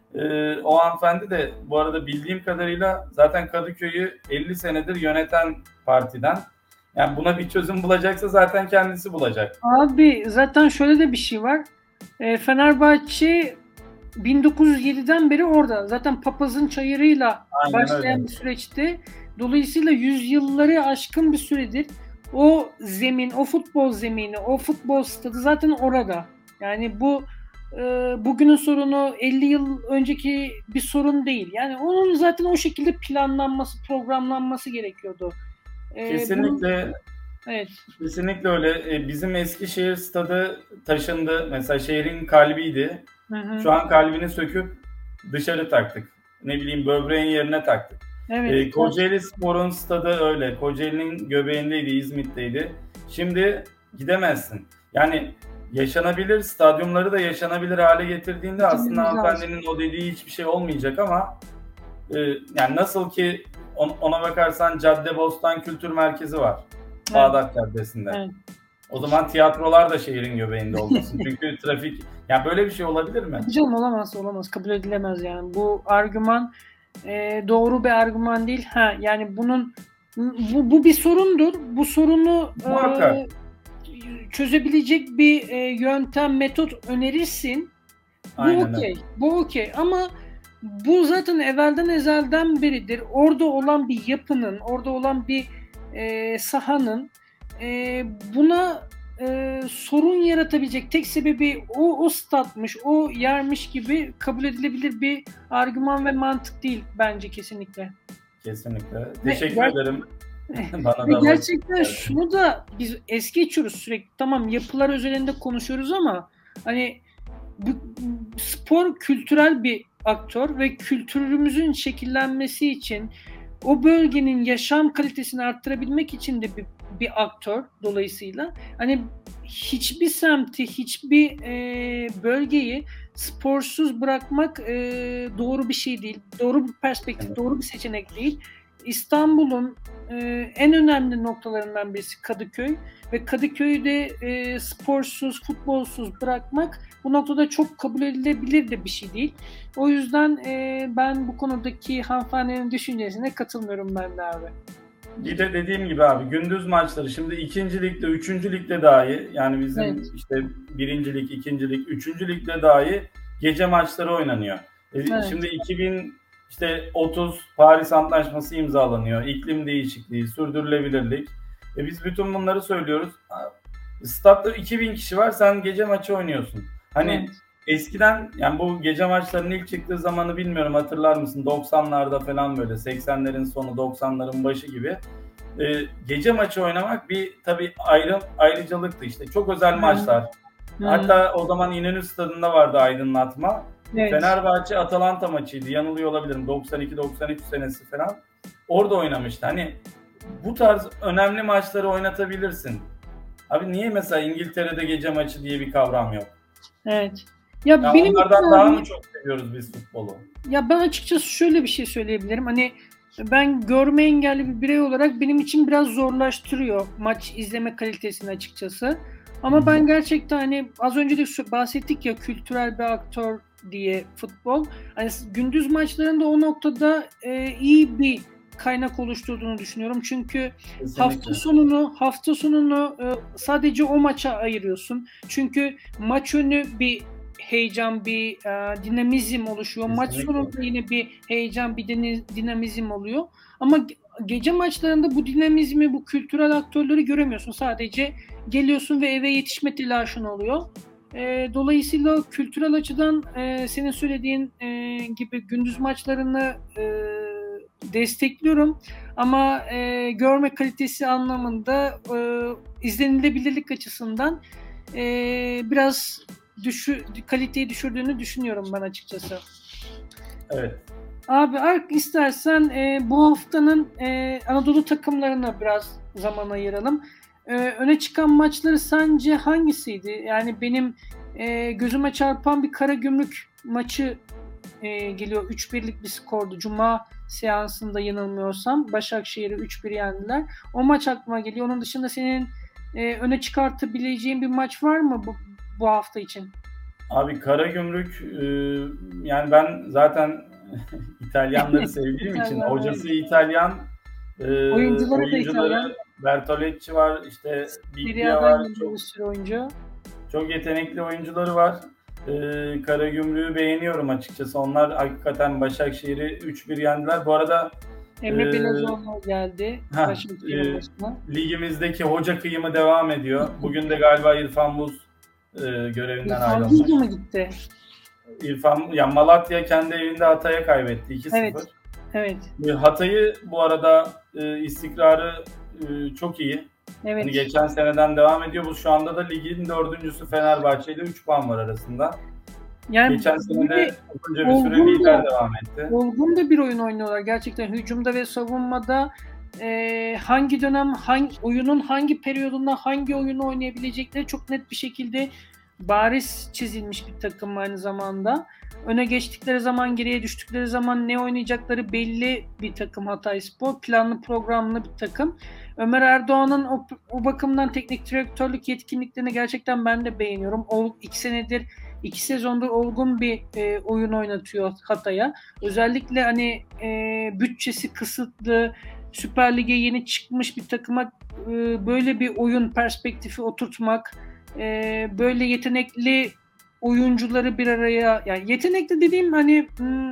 O hanımefendi de bu arada bildiğim kadarıyla zaten Kadıköy'ü 50 senedir yöneten partiden. Yani buna bir çözüm bulacaksa zaten kendisi bulacak. Abi zaten şöyle de bir şey var. Fenerbahçe 1907'den beri orada. Zaten papazın çayırıyla Aynen başlayan öyle. bir süreçti. Dolayısıyla yüzyılları aşkın bir süredir o zemin, o futbol zemini, o futbol stadı zaten orada. Yani bu bugünün sorunu 50 yıl önceki bir sorun değil. Yani onun zaten o şekilde planlanması, programlanması gerekiyordu. Kesinlikle. Evet. Kesinlikle öyle. Bizim Eskişehir stadı taşındı. Mesela şehrin kalbiydi. Hı hı. Şu an kalbini söküp dışarı taktık. Ne bileyim böbreğin yerine taktık. Evet. Kocaeli Spor'un stadı öyle. Kocaeli'nin göbeğindeydi, İzmit'teydi. Şimdi gidemezsin. Yani yaşanabilir, stadyumları da yaşanabilir hale getirdiğinde aslında hanımefendinin o dediği hiçbir şey olmayacak ama yani nasıl ki ona bakarsan Caddebostan Kültür Merkezi var. Bağdat Caddesi'nde. Evet. O zaman tiyatrolar da şehrin göbeğinde olmasın. Çünkü trafik, yani böyle bir şey olabilir mi? Canım olamaz. Kabul edilemez yani. Bu argüman doğru bir argüman değil. Yani bu bir sorundur. Bu sorunu çözebilecek bir yöntem, metot önerirsin. Bu okey. Ama bu zaten evvelden ezelden beridir. Orada olan bir yapının, orada olan bir sahanın buna sorun yaratabilecek tek sebebi o statmış, o yermiş gibi kabul edilebilir bir argüman ve mantık değil bence kesinlikle. Kesinlikle. Teşekkür ederim. Ve gerçekten şunu da biz es geçiyoruz sürekli. Tamam yapılar özelinde konuşuyoruz ama hani spor kültürel bir aktör ve kültürümüzün şekillenmesi için o bölgenin yaşam kalitesini arttırabilmek için de bir aktör dolayısıyla. Hani hiçbir semti, hiçbir bölgeyi sporsuz bırakmak doğru bir şey değil. Doğru bir perspektif, doğru bir seçenek değil. İstanbul'un en önemli noktalarından birisi Kadıköy ve Kadıköy'ü de sporsuz, futbolsuz bırakmak bu noktada çok kabul edilebilir de bir şey değil. O yüzden ben bu konudaki hanımefendinin düşüncesine katılmıyorum ben de abi. Bir de dediğim gibi abi gündüz maçları şimdi 2. ligde, 3. ligde dahi yani bizim işte 1. lig, 2. lig, 3. ligde dahi gece maçları oynanıyor. Şimdi 2030 Paris Antlaşması imzalanıyor. İklim değişikliği, sürdürülebilirlik. Biz bütün bunları söylüyoruz. Statta 2000 kişi var, sen gece maçı oynuyorsun. Hani eskiden yani bu gece maçlarının ilk çıktığı zamanı bilmiyorum, hatırlar mısın? 90'larda falan böyle 80'lerin sonu 90'ların başı gibi. Gece maçı oynamak bir tabii ayrıcalıktı işte. Çok özel maçlar. Hatta o zaman İnönü Stadı'nda vardı aydınlatma. Evet. Fenerbahçe Atalanta maçıydı. Yanılıyor olabilirim. 92-93 senesi falan. Orada oynamıştı. Hani bu tarz önemli maçları oynatabilirsin. Abi niye mesela İngiltere'de gece maçı diye bir kavram yok? Evet. Ya benim onlardan daha mı çok seviyoruz biz futbolu? Ya ben açıkçası şöyle bir şey söyleyebilirim. Hani ben görme engelli bir birey olarak benim için biraz zorlaştırıyor maç izleme kalitesini açıkçası. Ama ben gerçekten hani az önce de bahsettik ya kültürel bir aktör diye futbol. Hani gündüz maçlarında o noktada iyi bir kaynak oluşturduğunu düşünüyorum. Çünkü kesinlikle. hafta sonunu sadece o maça ayırıyorsun. Çünkü maç önü bir heyecan, bir dinamizm oluşuyor. Kesinlikle. Maç sonunda yine bir heyecan, bir dinamizm oluyor. Ama gece maçlarında bu dinamizmi, bu kültürel aktörleri göremiyorsun. Sadece geliyorsun ve eve yetişme telaşın oluyor. Dolayısıyla kültürel açıdan senin söylediğin gibi gündüz maçlarını destekliyorum. Ama görme kalitesi anlamında izlenilebilirlik açısından biraz kaliteyi düşürdüğünü düşünüyorum ben açıkçası. Evet. Abi istersen bu haftanın Anadolu takımlarına biraz zaman ayıralım. Öne çıkan maçları sence hangisiydi? Yani benim gözüme çarpan bir Karagümrük maçı geliyor. 3-1'lik bir skordu. Cuma seansında yanılmıyorsam Başakşehir'i 3-1 yendiler. O maç aklıma geliyor. Onun dışında senin öne çıkartabileceğin bir maç var mı bu hafta için? Abi Karagümrük yani ben zaten İtalyanları sevdiğim için İtalyan, hocası evet. İtalyan, Oyuncuları da oyuncuları İtalyan. Bertolecci var, işte Serie Biglia A'dan var. geliyor bir sürü oyuncu. Çok yetenekli oyuncuları var. Karagümrük'ü beğeniyorum açıkçası. Onlar hakikaten Başakşehir'i 3-1 yendiler. Bu arada Emre Belezoğlu geldi Başakşehir'in başına. ligimizdeki hoca kıyımı devam ediyor. Bugün de galiba İrfan Buz görevinden İrfan Buz ayrılmış. mu gitti? Yani Malatya kendi evinde Hatay'a kaybetti 2-0. Evet. Evet. Hatay'ı bu arada istikrarı çok iyi. Evet. Hani geçen seneden devam ediyor. Bu şu anda da ligin 4.'sü Fenerbahçe ile 3 puan var arasında. Yani geçen sene de uzunca bir süre lider devam etti. Olgun da bir oyun oynuyorlar. Gerçekten hücumda ve savunmada hangi dönem, oyunun hangi periyodunda hangi oyunu oynayabilecekleri çok net bir şekilde bariz çizilmiş bir takım aynı zamanda. Öne geçtikleri zaman, geriye düştükleri zaman ne oynayacakları belli bir takım Hatayspor. Planlı programlı bir takım. Ömer Erdoğan'ın o bakımdan teknik direktörlük yetkinliklerini gerçekten ben de beğeniyorum. 2 sezondur olgun bir oyun oynatıyor Hatay'a. Özellikle hani bütçesi kısıtlı, Süper Lig'e yeni çıkmış bir takıma böyle bir oyun perspektifi oturtmak, böyle yetenekli oyuncuları bir araya, yani yetenekli dediğim hani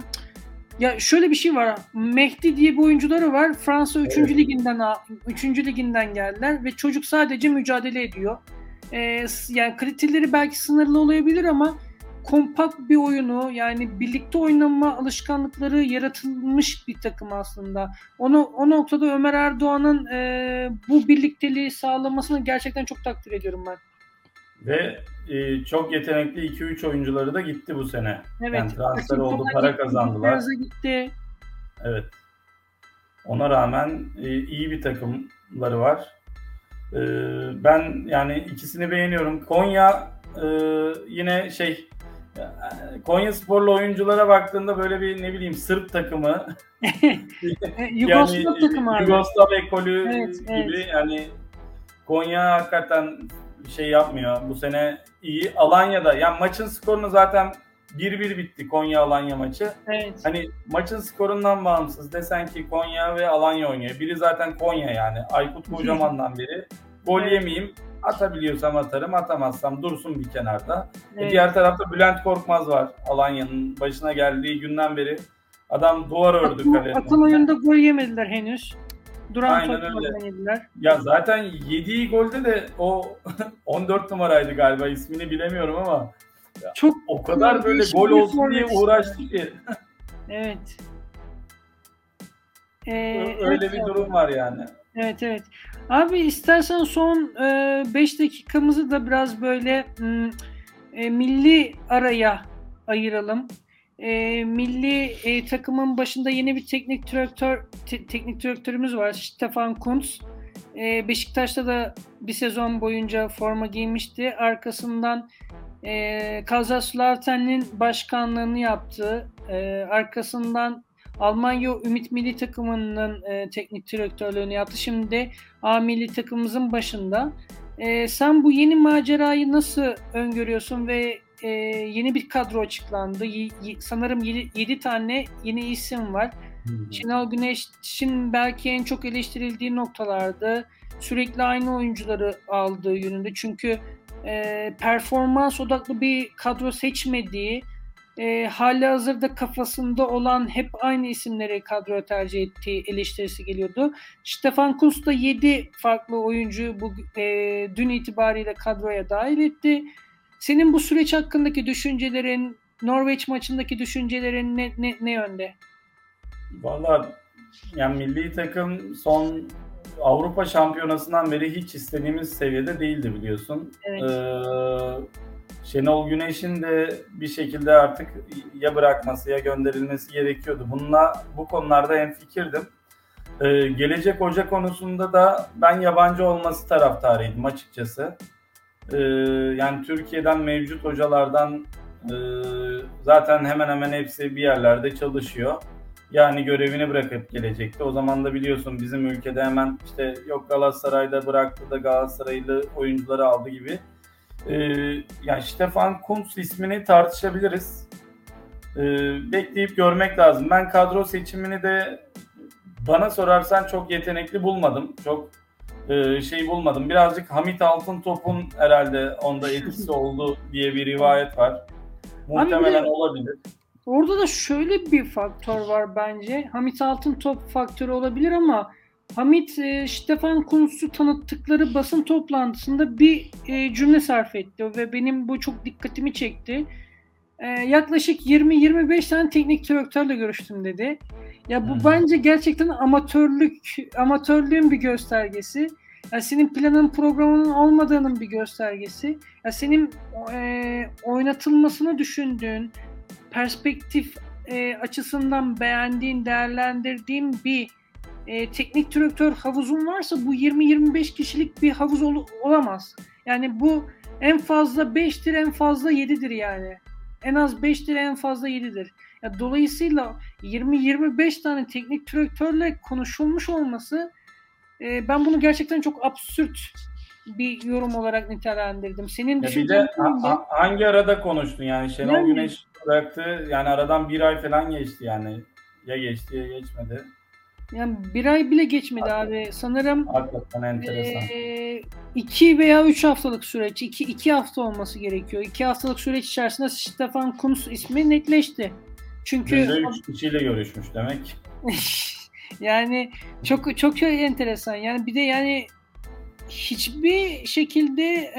ya şöyle bir şey var. Mehdi diye bir oyuncuları var. Fransa 3. Evet. liginden geldiler ve çocuk sadece mücadele ediyor. Yani kriterleri belki sınırlı olabilir ama kompakt bir oyunu, yani birlikte oynama alışkanlıkları yaratılmış bir takım aslında. O noktada Ömer Erdoğan'ın bu birlikteliği sağlamasını gerçekten çok takdir ediyorum ben. Ve çok yetenekli 2-3 oyuncuları da gitti bu sene. Evet. Yani transfer oldu, para kazandılar. Gitti. Evet. Ona rağmen iyi bir takımları var. Ben yani ikisini beğeniyorum. Konya yine Konyasporlu oyunculara baktığında böyle bir ne bileyim Sırp takımı Yugoslav takımı abi. Yugoslav ekolü gibi yani Konya hakikaten şey yapmıyor. Bu sene iyi. Alanya'da yani maçın skorunu zaten 1-1 bitti Konya Alanya maçı. Evet. Hani maçın skorundan bağımsız desen ki Konya ve Alanya oynuyor. Biri zaten Konya yani. Aykut Kocaman'dan biri. Gol yemeyeyim. Atabiliyorsam atarım, atamazsam dursun bir kenarda. Evet. Diğer tarafta Bülent Korkmaz var. Alanya'nın başına geldiği günden beri adam duvar ördü kaleye. Akıl oyunda gol yemediler henüz. Duran topla yediler. Ya zaten yediği golde de o 14 numaraydı galiba, ismini bilemiyorum ama çok o kadar böyle gol olsun diye uğraştı ki. Evet. Öyle bir durum var yani. Evet. Abi istersen son 5 dakikamızı da biraz böyle milli araya ayıralım. Milli takımın başında yeni bir teknik direktörümüz var, Stefan Kuntz. Beşiktaş'ta da bir sezon boyunca forma giymişti. Arkasından Kaiserslautern'in başkanlığını yaptı. Arkasından Almanya Ümit Milli Takımı'nın teknik direktörlüğünü yaptı. Şimdi A Milli Takımımızın başında. Sen bu yeni macerayı nasıl öngörüyorsun ve yeni bir kadro açıklandı. Sanırım 7 tane yeni isim var. Şenol Güneş'in belki en çok eleştirildiği noktalarda sürekli aynı oyuncuları aldığı yönünde. Çünkü performans odaklı bir kadro seçmediği, halihazırda kafasında olan hep aynı isimleri kadroya tercih ettiği eleştirisi geliyordu. Stefan Kuntz da 7 farklı oyuncu dün itibariyle kadroya dahil etti. Senin bu süreç hakkındaki düşüncelerin, Norveç maçındaki düşüncelerin ne yönde? Vallahi yani milli takım son Avrupa Şampiyonası'ndan beri hiç istediğimiz seviyede değildi biliyorsun. Evet. Şenol Güneş'in de bir şekilde artık ya bırakması ya gönderilmesi gerekiyordu. Bu konularda hemfikirdim. Gelecek hoca konusunda da ben yabancı olması taraftarıydım açıkçası. Yani Türkiye'den mevcut hocalardan zaten hemen hemen hepsi bir yerlerde çalışıyor. Yani görevini bırakıp gelecekti. O zaman da biliyorsun bizim ülkede hemen işte yok Galatasaray'da bıraktı da Galatasaraylı oyuncuları aldı gibi Yani Stefan Kuntz ismini tartışabiliriz. Bekleyip görmek lazım. Ben kadro seçimini de bana sorarsan çok yetenekli bulmadım. Çok bulmadım. Birazcık Hamit Altıntop'un herhalde onda etkisi oldu diye bir rivayet var. Muhtemelen olabilir. Orada da şöyle bir faktör var bence. Hamit Altıntop faktörü olabilir ama Hamit Stefan Kuntz'u tanıttıkları basın toplantısında bir cümle sarf etti ve benim bu çok dikkatimi çekti. Yaklaşık 20-25 tane teknik direktörle görüştüm dedi. Ya bu bence gerçekten amatörlüğün bir göstergesi. Ya senin planın programının olmadığının bir göstergesi. Ya senin oynatılmasını düşündüğün, perspektif açısından beğendiğin, değerlendirdiğin bir teknik direktör havuzun varsa bu 20-25 kişilik bir havuz olamaz. Yani bu en fazla 5'tir, en fazla 7'dir yani. En az 5'tir, en fazla 7'dir. Ya dolayısıyla 20-25 tane teknik direktörle konuşulmuş olması ben bunu gerçekten çok absürt bir yorum olarak nitelendirdim. Senin düşüncen hangi arada konuştun yani? Şenol Güneş bıraktı. Yani aradan bir ay falan geçti yani. Ya geçti ya geçmedi. Yani bir ay bile geçmedi abi. Sanırım hakikaten enteresan. 2 veya 3 haftalık süreç. 2 hafta olması gerekiyor. 2 haftalık süreç içerisinde Stefan Kuntz ismi netleşti. Çünkü 3 kişiyle görüşmüş demek. Yani çok enteresan. Yani bir de yani hiçbir şekilde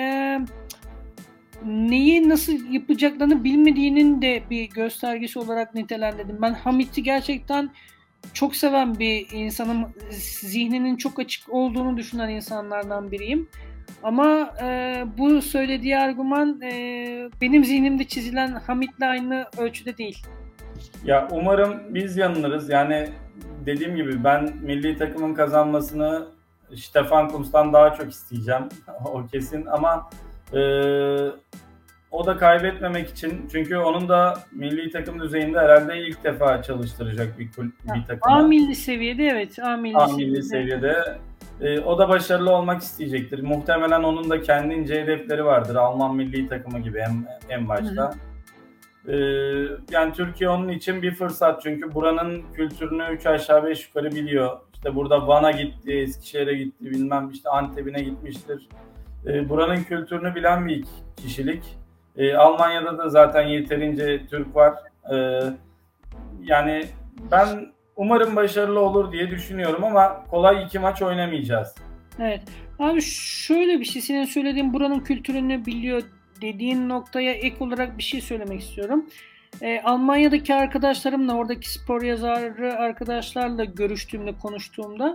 neyi nasıl yapacaklarını bilmediğinin de bir göstergesi olarak nitelendirdim. Ben Hamit'i gerçekten çok seven bir insanım. Zihninin çok açık olduğunu düşünen insanlardan biriyim. Ama bu söylediği argüman benim zihnimde çizilen Hamit'le aynı ölçüde değil. Ya umarım biz yanılırız. Yani dediğim gibi ben milli takımın kazanmasını Stefan Kuntz'tan daha çok isteyeceğim. O kesin ama o da kaybetmemek için, çünkü onun da milli takım düzeyinde herhalde ilk defa çalıştıracak bir takım. A milli seviyede, evet. A milli seviyede. O da başarılı olmak isteyecektir. Muhtemelen onun da kendince hedefleri vardır. Alman milli takımı gibi en başta. Yani Türkiye onun için bir fırsat. Çünkü buranın kültürünü 3 aşağı 5 yukarı biliyor. İşte burada Van'a gitti, Eskişehir'e gitti, bilmem işte Antep'ine gitmiştir. Buranın kültürünü bilen bir kişilik. Almanya'da da zaten yeterince Türk var. Yani ben umarım başarılı olur diye düşünüyorum ama kolay 2 maç oynamayacağız. Evet. Abi şöyle bir şey, senin söylediğin buranın kültürünü biliyor dediğin noktaya ek olarak bir şey söylemek istiyorum. Almanya'daki arkadaşlarımla, oradaki spor yazarı arkadaşlarla görüştüğümde, konuştuğumda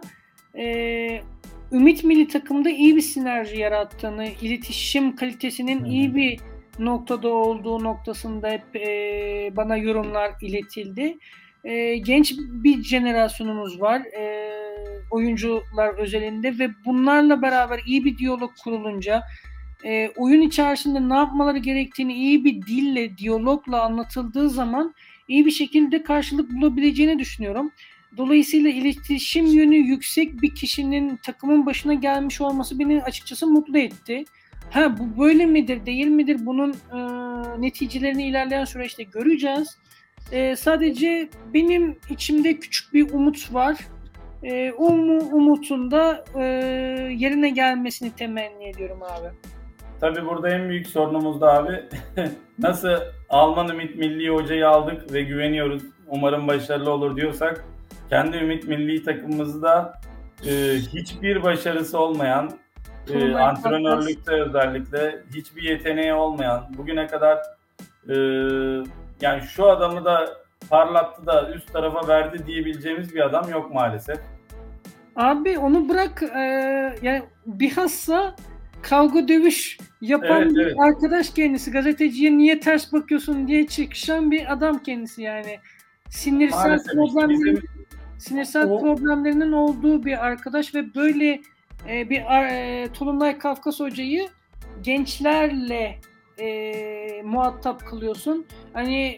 Ümit milli takımda iyi bir sinerji yarattığını, iletişim kalitesinin iyi bir noktada olduğu noktasında hep bana yorumlar iletildi. Genç bir jenerasyonumuz var, oyuncular özelinde ve bunlarla beraber iyi bir diyalog kurulunca, oyun içerisinde ne yapmaları gerektiğini iyi bir dille, diyalogla anlatıldığı zaman iyi bir şekilde karşılık bulabileceğini düşünüyorum. Dolayısıyla iletişim yönü yüksek bir kişinin takımın başına gelmiş olması beni açıkçası mutlu etti. Bu böyle midir, değil midir? Bunun neticelerini ilerleyen süreçte göreceğiz. Sadece benim içimde küçük bir umut var. O umutun da yerine gelmesini temenni ediyorum abi. Tabii burada en büyük sorunumuz da abi nasıl Alman Ümit Milli Hoca'yı aldık ve güveniyoruz, umarım başarılı olur diyorsak, kendi Ümit Milli takımımızda hiçbir başarısı olmayan, antrenörlükte özellikle hiçbir yeteneği olmayan, bugüne kadar yani şu adamı da parlattı da üst tarafa verdi diyebileceğimiz bir adam yok maalesef. Abi onu bırak, yani bilhassa kavga dövüş yapan bir arkadaş kendisi. Gazeteciye niye ters bakıyorsun diye çıkışan bir adam kendisi yani. Sinirsel problemlerinin olduğu bir arkadaş ve böyle bir Tolunay Kafkas hocayı gençlerle muhatap kılıyorsun. Hani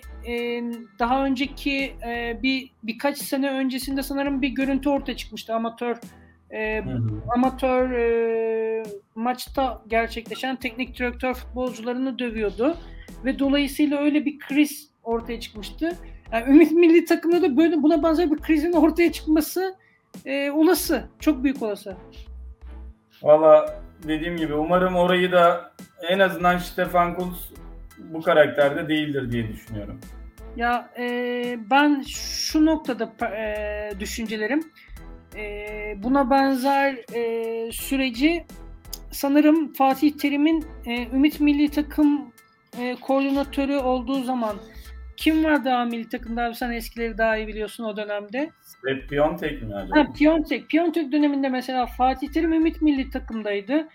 daha önceki birkaç sene öncesinde sanırım bir görüntü ortaya çıkmıştı. Amatör Amatör maçta gerçekleşen teknik direktör futbolcularını dövüyordu ve dolayısıyla öyle bir kriz ortaya çıkmıştı. Yani Ümit milli takımda da böyle buna benzer bir krizin ortaya çıkması olası. Çok büyük olası. Valla dediğim gibi umarım orayı da en azından Stefan Kuntz bu karakterde değildir diye düşünüyorum. Ya ben şu noktada düşüncelerim buna benzer süreci sanırım Fatih Terim'in Ümit milli takım koordinatörü olduğu zaman kim var daha milli takımda abi, sen eskileri daha iyi biliyorsun o dönemde. Piontek mi acaba? Piontek döneminde mesela Fatih Terim Ümit milli takımdaydı.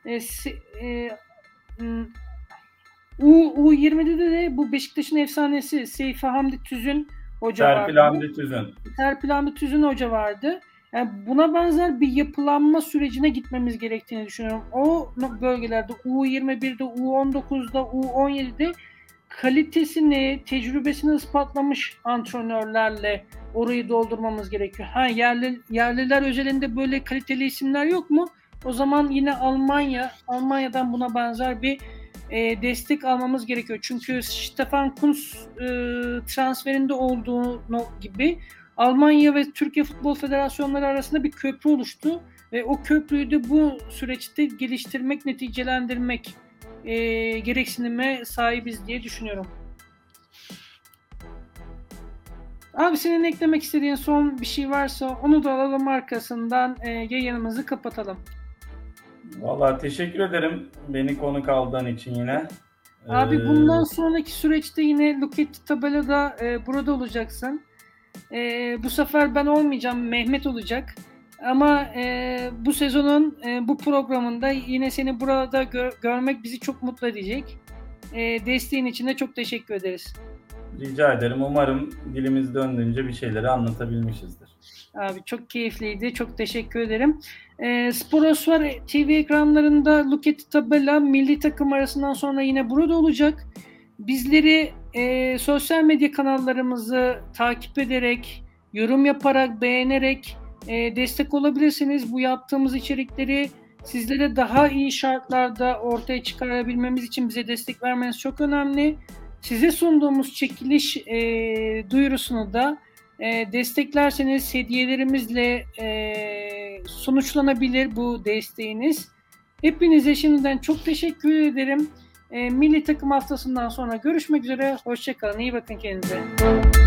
U20'de de bu Beşiktaş'ın efsanesi Seyfi Hamdi Tüzün hoca vardı. Serpil Hamdi Tüzün hoca vardı. Yani buna benzer bir yapılanma sürecine gitmemiz gerektiğini düşünüyorum. O bölgelerde U21'de, U19'da, U17'de kalitesini, tecrübesini ispatlamış antrenörlerle orayı doldurmamız gerekiyor. Yerliler özelinde böyle kaliteli isimler yok mu? O zaman yine Almanya'dan buna benzer bir destek almamız gerekiyor. Çünkü Stefan Kuntz transferinde olduğu gibi Almanya ve Türkiye Futbol Federasyonları arasında bir köprü oluştu ve o köprüyü de bu süreçte geliştirmek, neticelendirmek gereksinime sahibiz diye düşünüyorum. Abi senin eklemek istediğin son bir şey varsa onu da alalım, arkasından yayınımızı kapatalım. Vallahi teşekkür ederim beni konuk aldığın için yine. Abi bundan sonraki süreçte yine Luketti tabelada burada olacaksın. Bu sefer ben olmayacağım, Mehmet olacak. Ama bu sezonun bu programında yine seni burada görmek bizi çok mutlu edecek. Desteğin için de çok teşekkür ederiz. Rica ederim. Umarım dilimiz döndüğünce bir şeyleri anlatabilmişizdir. Abi çok keyifliydi. Çok teşekkür ederim. Sporosfer TV ekranlarında Luketti tabela milli takım arasından sonra yine burada olacak. Bizleri sosyal medya kanallarımızı takip ederek, yorum yaparak, beğenerek destek olabilirsiniz. Bu yaptığımız içerikleri sizlere daha iyi şartlarda ortaya çıkarabilmemiz için bize destek vermeniz çok önemli. Size sunduğumuz çekiliş duyurusunu da desteklerseniz hediyelerimizle sonuçlanabilir bu desteğiniz. Hepinize şimdiden çok teşekkür ederim. Milli takım haftasından sonra görüşmek üzere. Hoşça kalın. İyi bakın kendinize.